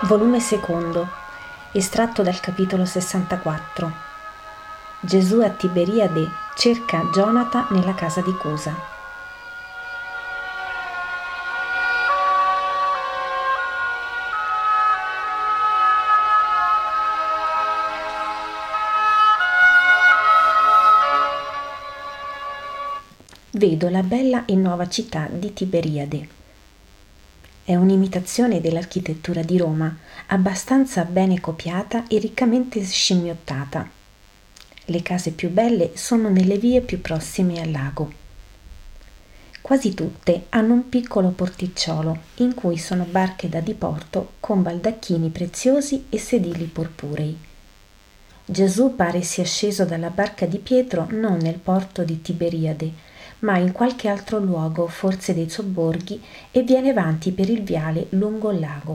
Volume secondo, estratto dal capitolo 64. Gesù a Tiberiade cerca Gionata nella casa di Cusa. Vedo la bella e nuova città di Tiberiade. È un'imitazione dell'architettura di Roma, abbastanza bene copiata e riccamente scimmiottata. Le case più belle sono nelle vie più prossime al lago. Quasi tutte hanno un piccolo porticciolo in cui sono barche da diporto con baldacchini preziosi e sedili purpurei. Gesù pare sia sceso dalla barca di Pietro non nel porto di Tiberiade, ma in qualche altro luogo, forse dei sobborghi, e viene avanti per il viale lungo il lago.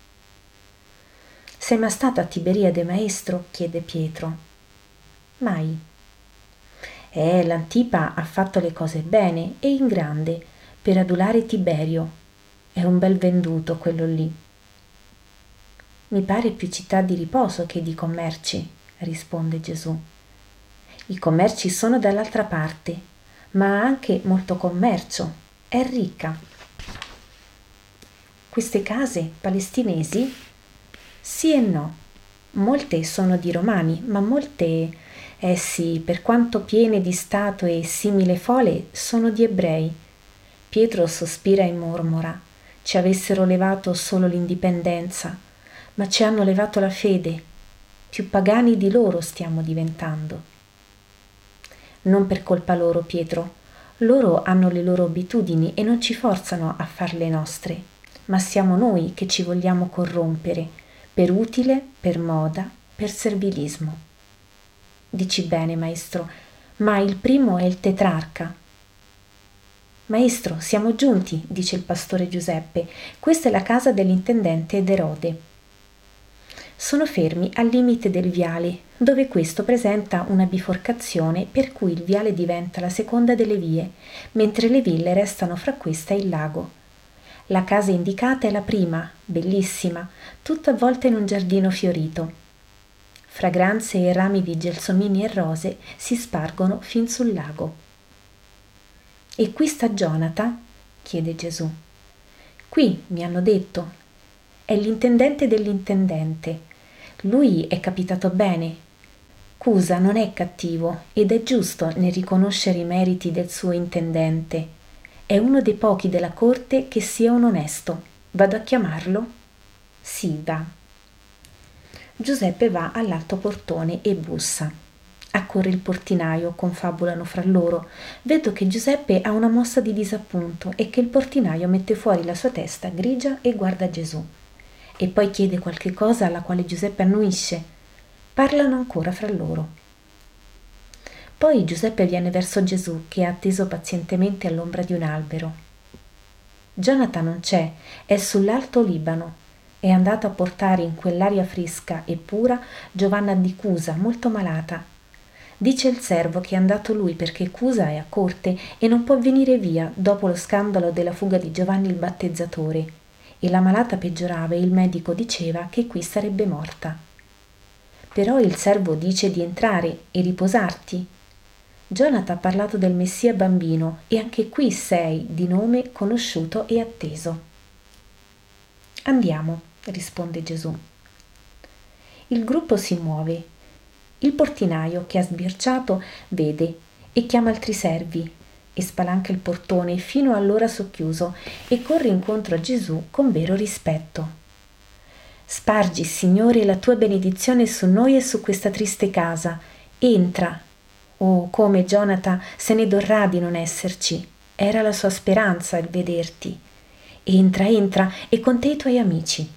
«Sei mai stato a Tiberiade, maestro?» chiede Pietro. «Mai». L'Antipa ha fatto le cose bene e in grande, per adulare Tiberio. È un bel venduto quello lì». «Mi pare più città di riposo che di commerci», risponde Gesù. «I commerci sono dall'altra parte, ma ha anche molto commercio, è ricca». «Queste case palestinesi?» «Sì e no. Molte sono di romani, ma molte, sì, per quanto piene di statue e simili fole, sono di ebrei». Pietro sospira e mormora: «Ci avessero levato solo l'indipendenza, ma ci hanno levato la fede. Più pagani di loro stiamo diventando». «Non per colpa loro, Pietro. Loro hanno le loro abitudini e non ci forzano a far le nostre, ma siamo noi che ci vogliamo corrompere, per utile, per moda, per servilismo». «Dici bene, maestro, ma il primo è il tetrarca». «Maestro, siamo giunti», dice il pastore Giuseppe. «Questa è la casa dell'intendente ed Erode». Sono fermi al limite del viale, dove questo presenta una biforcazione per cui il viale diventa la seconda delle vie, mentre le ville restano fra questa e il lago. La casa indicata è la prima, bellissima, tutta avvolta in un giardino fiorito. Fragranze e rami di gelsomini e rose si spargono fin sul lago. «E qui sta Gionata?» chiede Gesù. «Qui, mi hanno detto. È l'intendente dell'intendente. Lui è capitato bene. Cusa non è cattivo ed è giusto nel riconoscere i meriti del suo intendente. È uno dei pochi della corte che sia un onesto. Vado a chiamarlo?» «Sì, va». Giuseppe va all'alto portone e bussa. Accorre il portinaio, confabulano fra loro. Vedo che Giuseppe ha una mossa di disappunto e che il portinaio mette fuori la sua testa grigia e guarda Gesù. E poi chiede qualche cosa alla quale Giuseppe annuisce. Parlano ancora fra loro. Poi Giuseppe viene verso Gesù, che è atteso pazientemente all'ombra di un albero. Gionata non c'è, è sull'alto Libano. È andato a portare in quell'aria fresca e pura Giovanna di Cusa, molto malata. Dice il servo che è andato lui perché Cusa è a corte e non può venire via dopo lo scandalo della fuga di Giovanni il Battezzatore. E la malata peggiorava e il medico diceva che qui sarebbe morta. Però il servo dice di entrare e riposarti. Gionata ha parlato del Messia bambino e anche qui sei di nome conosciuto e atteso. «Andiamo», risponde Gesù. Il gruppo si muove. Il portinaio, che ha sbirciato, vede e chiama altri servi e spalanca il portone fino all'ora socchiuso e corre incontro a Gesù con vero rispetto. «Spargi, Signore, la tua benedizione su noi e su questa triste casa. Entra». Oh, come Gionata se ne dorrà di non esserci. Era la sua speranza il vederti. «Entra, entra, e con te i tuoi amici».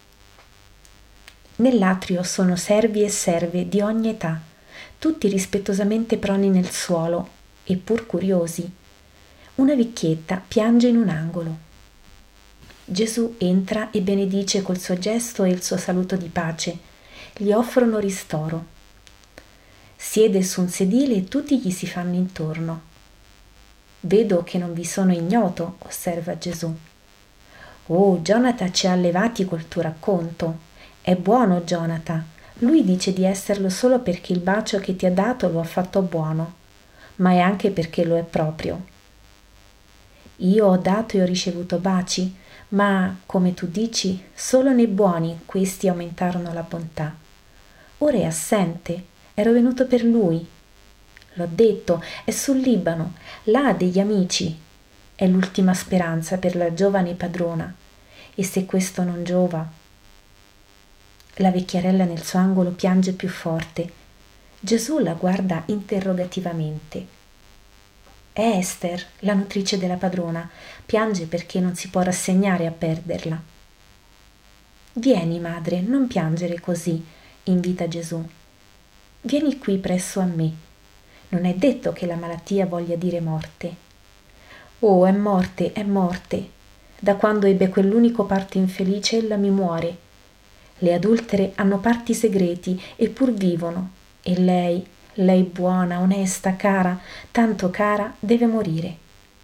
Nell'atrio sono servi e serve di ogni età, tutti rispettosamente proni nel suolo, eppur curiosi. Una vecchietta piange in un angolo. Gesù entra e benedice col suo gesto e il suo saluto di pace. Gli offrono ristoro. Siede su un sedile e tutti gli si fanno intorno. «Vedo che non vi sono ignoto», osserva Gesù. Oh, Jonathan ci ha allevati col tuo racconto. È buono, Jonathan. Lui dice di esserlo solo perché il bacio che ti ha dato lo ha fatto buono, ma è anche perché lo è proprio. Io ho dato e ho ricevuto baci, ma, come tu dici, solo nei buoni questi aumentarono la bontà. Ora è assente, ero venuto per lui. L'ho detto, è sul Libano, là ha degli amici. È l'ultima speranza per la giovane padrona. E se questo non giova? La vecchierella nel suo angolo piange più forte. Gesù la guarda interrogativamente. È Ester, la nutrice della padrona, piange perché non si può rassegnare a perderla. Vieni, madre, non piangere così, invita Gesù. Vieni qui presso a me. Non è detto che la malattia voglia dire morte. Oh, è morte, è morte. Da quando ebbe quell'unico parto infelice, ella mi muore. Le adultere hanno parti segreti, eppur vivono. E lei buona, onesta, cara, tanto cara, deve morire.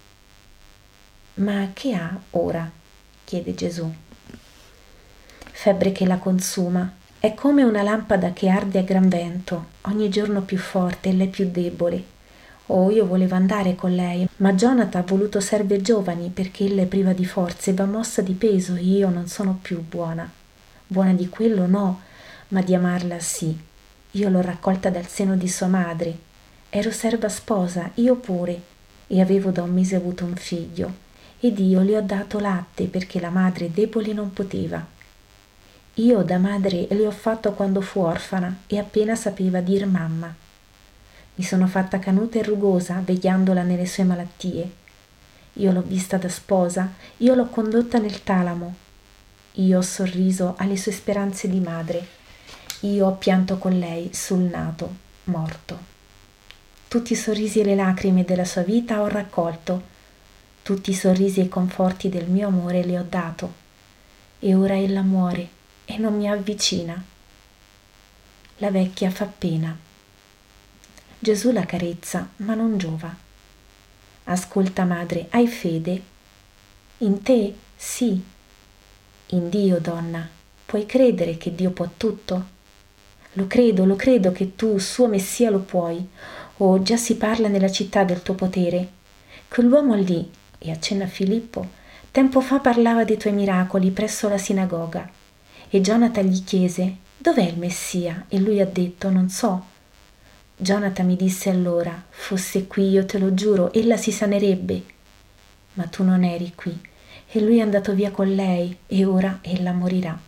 Ma che ha ora? Chiede Gesù. Febbre che la consuma. È come una lampada che arde a gran vento, ogni giorno più forte, e lei più debole. Oh, io volevo andare con lei, ma Jonathan ha voluto serve giovani perché ella è priva di forze, va mossa di peso e io non sono più buona. Buona di quello no, ma di amarla sì. Io l'ho raccolta dal seno di sua madre. Ero serva sposa, io pure, e avevo da un mese avuto un figlio. Ed io le ho dato latte perché la madre debole non poteva. Io da madre le ho fatto quando fu orfana e appena sapeva dir mamma. Mi sono fatta canuta e rugosa vegliandola nelle sue malattie. Io l'ho vista da sposa, io l'ho condotta nel talamo. Io ho sorriso alle sue speranze di madre. Io ho pianto con lei sul nato, morto. Tutti i sorrisi e le lacrime della sua vita ho raccolto. Tutti i sorrisi e i conforti del mio amore le ho dato. E ora ella muore e non mi avvicina. La vecchia fa pena. Gesù la carezza, ma non giova. Ascolta, madre, hai fede? In te? Sì. In Dio, donna. Puoi credere che Dio può tutto? Lo credo che tu, suo Messia, lo puoi. Oh, già si parla nella città del tuo potere. Quell'uomo lì, e accenna a Filippo, tempo fa parlava dei tuoi miracoli presso la sinagoga. E Jonathan gli chiese, dov'è il Messia? E lui ha detto, non so. Jonathan mi disse allora, fosse qui, io te lo giuro, ella si sanerebbe. Ma tu non eri qui, e lui è andato via con lei, e ora ella morirà.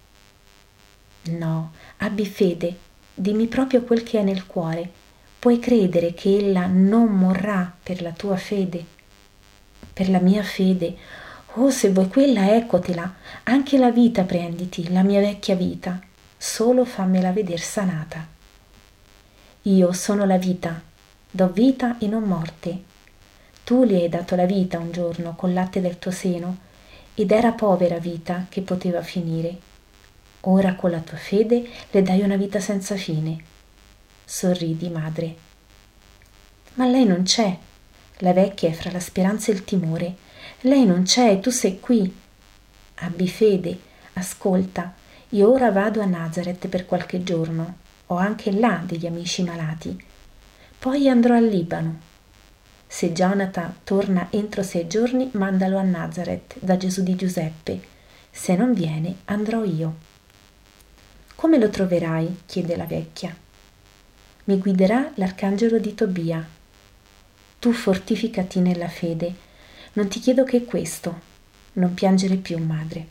No, abbi fede, dimmi proprio quel che è nel cuore. Puoi credere che ella non morrà per la tua fede? Per la mia fede? Oh, se vuoi quella, eccotela, anche la vita prenditi, la mia vecchia vita, solo fammela veder sanata. Io sono la vita, do vita e non morte. Tu le hai dato la vita un giorno col latte del tuo seno, ed era povera vita che poteva finire. Ora con la tua fede le dai una vita senza fine. Sorridi, madre. Ma lei non c'è. La vecchia è fra la speranza e il timore. Lei non c'è e tu sei qui. Abbi fede, ascolta. Io ora vado a Nazareth per qualche giorno. Ho anche là degli amici malati. Poi andrò al Libano. Se Jonathan torna entro 6 giorni, mandalo a Nazareth da Gesù di Giuseppe. Se non viene, andrò io. Come lo troverai? Chiede la vecchia. Mi guiderà l'arcangelo di Tobia. Tu fortificati nella fede. Non ti chiedo che questo. Non piangere più, madre.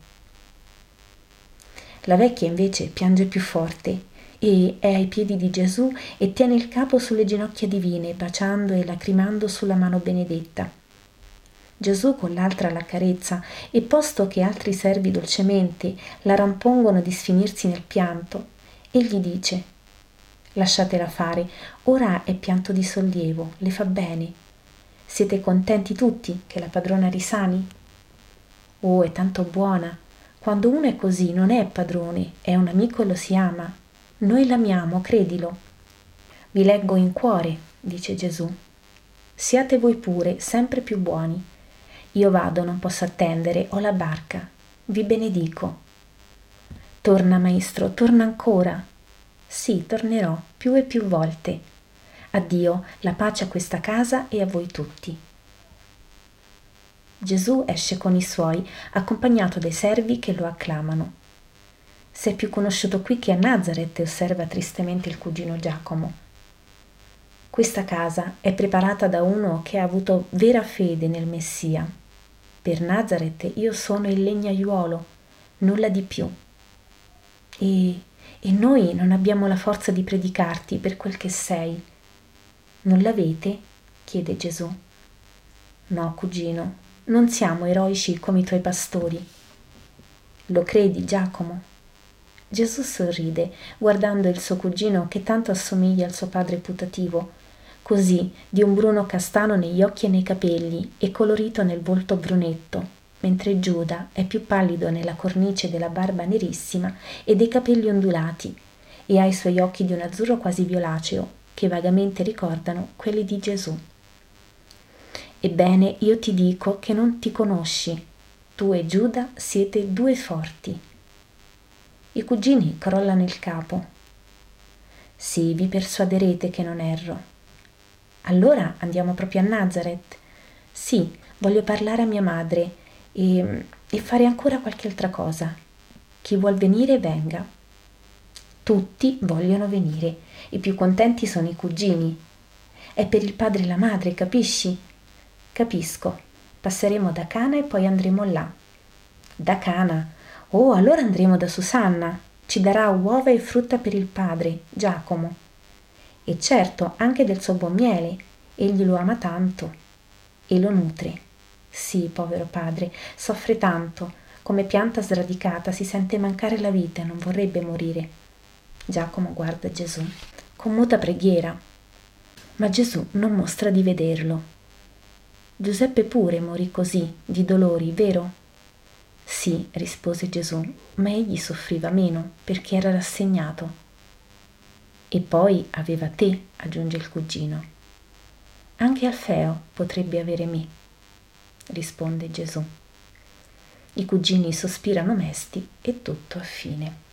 La vecchia invece piange più forte e è ai piedi di Gesù e tiene il capo sulle ginocchia divine, baciando e lacrimando sulla mano benedetta. Gesù con l'altra la carezza e posto che altri servi dolcemente la rampongono di sfinirsi nel pianto, egli dice: lasciatela fare, ora è pianto di sollievo, le fa bene. Siete contenti tutti che la padrona risani? Oh, è tanto buona. Quando uno è così non è padrone, è un amico e lo si ama. Noi l'amiamo, credilo. Vi leggo in cuore, dice Gesù. Siate voi pure sempre più buoni. Io vado, non posso attendere, ho la barca. Vi benedico. Torna, maestro, torna ancora. Sì, tornerò più e più volte. Addio, la pace a questa casa e a voi tutti. Gesù esce con i suoi, accompagnato dai servi che lo acclamano. Sei più conosciuto qui che a Nazareth, osserva tristemente il cugino Giacomo. Questa casa è preparata da uno che ha avuto vera fede nel Messia. Per Nazareth io sono il legnaiuolo, nulla di più. E noi non abbiamo la forza di predicarti per quel che sei. Non l'avete? Chiede Gesù. No, cugino, non siamo eroici come i tuoi pastori. Lo credi, Giacomo? Gesù sorride, guardando il suo cugino che tanto assomiglia al suo padre putativo, così di un bruno castano negli occhi e nei capelli e colorito nel volto brunetto, mentre Giuda è più pallido nella cornice della barba nerissima e dei capelli ondulati, e ha i suoi occhi di un azzurro quasi violaceo, che vagamente ricordano quelli di Gesù. Ebbene, io ti dico che non ti conosci. Tu e Giuda siete due forti. I cugini crollano il capo. Sì, vi persuaderete che non erro. Allora andiamo proprio a Nazareth. Sì, voglio parlare a mia madre e fare ancora qualche altra cosa. Chi vuol venire, venga. Tutti vogliono venire. I più contenti sono i cugini. È per il padre e la madre, capisci? Capisco. Passeremo da Cana e poi andremo là. Da Cana? Oh, allora andremo da Susanna. Ci darà uova e frutta per il padre, Giacomo. E certo, anche del suo buon miele. Egli lo ama tanto. E lo nutre. Sì, povero padre, soffre tanto. Come pianta sradicata si sente mancare la vita e non vorrebbe morire. Giacomo guarda Gesù con muta preghiera, ma Gesù non mostra di vederlo. Giuseppe pure morì così, di dolori, vero? Sì, rispose Gesù, ma egli soffriva meno perché era rassegnato. E poi aveva te, aggiunge il cugino. Anche Alfeo potrebbe avere me, risponde Gesù. I cugini sospirano mesti e tutto a fine.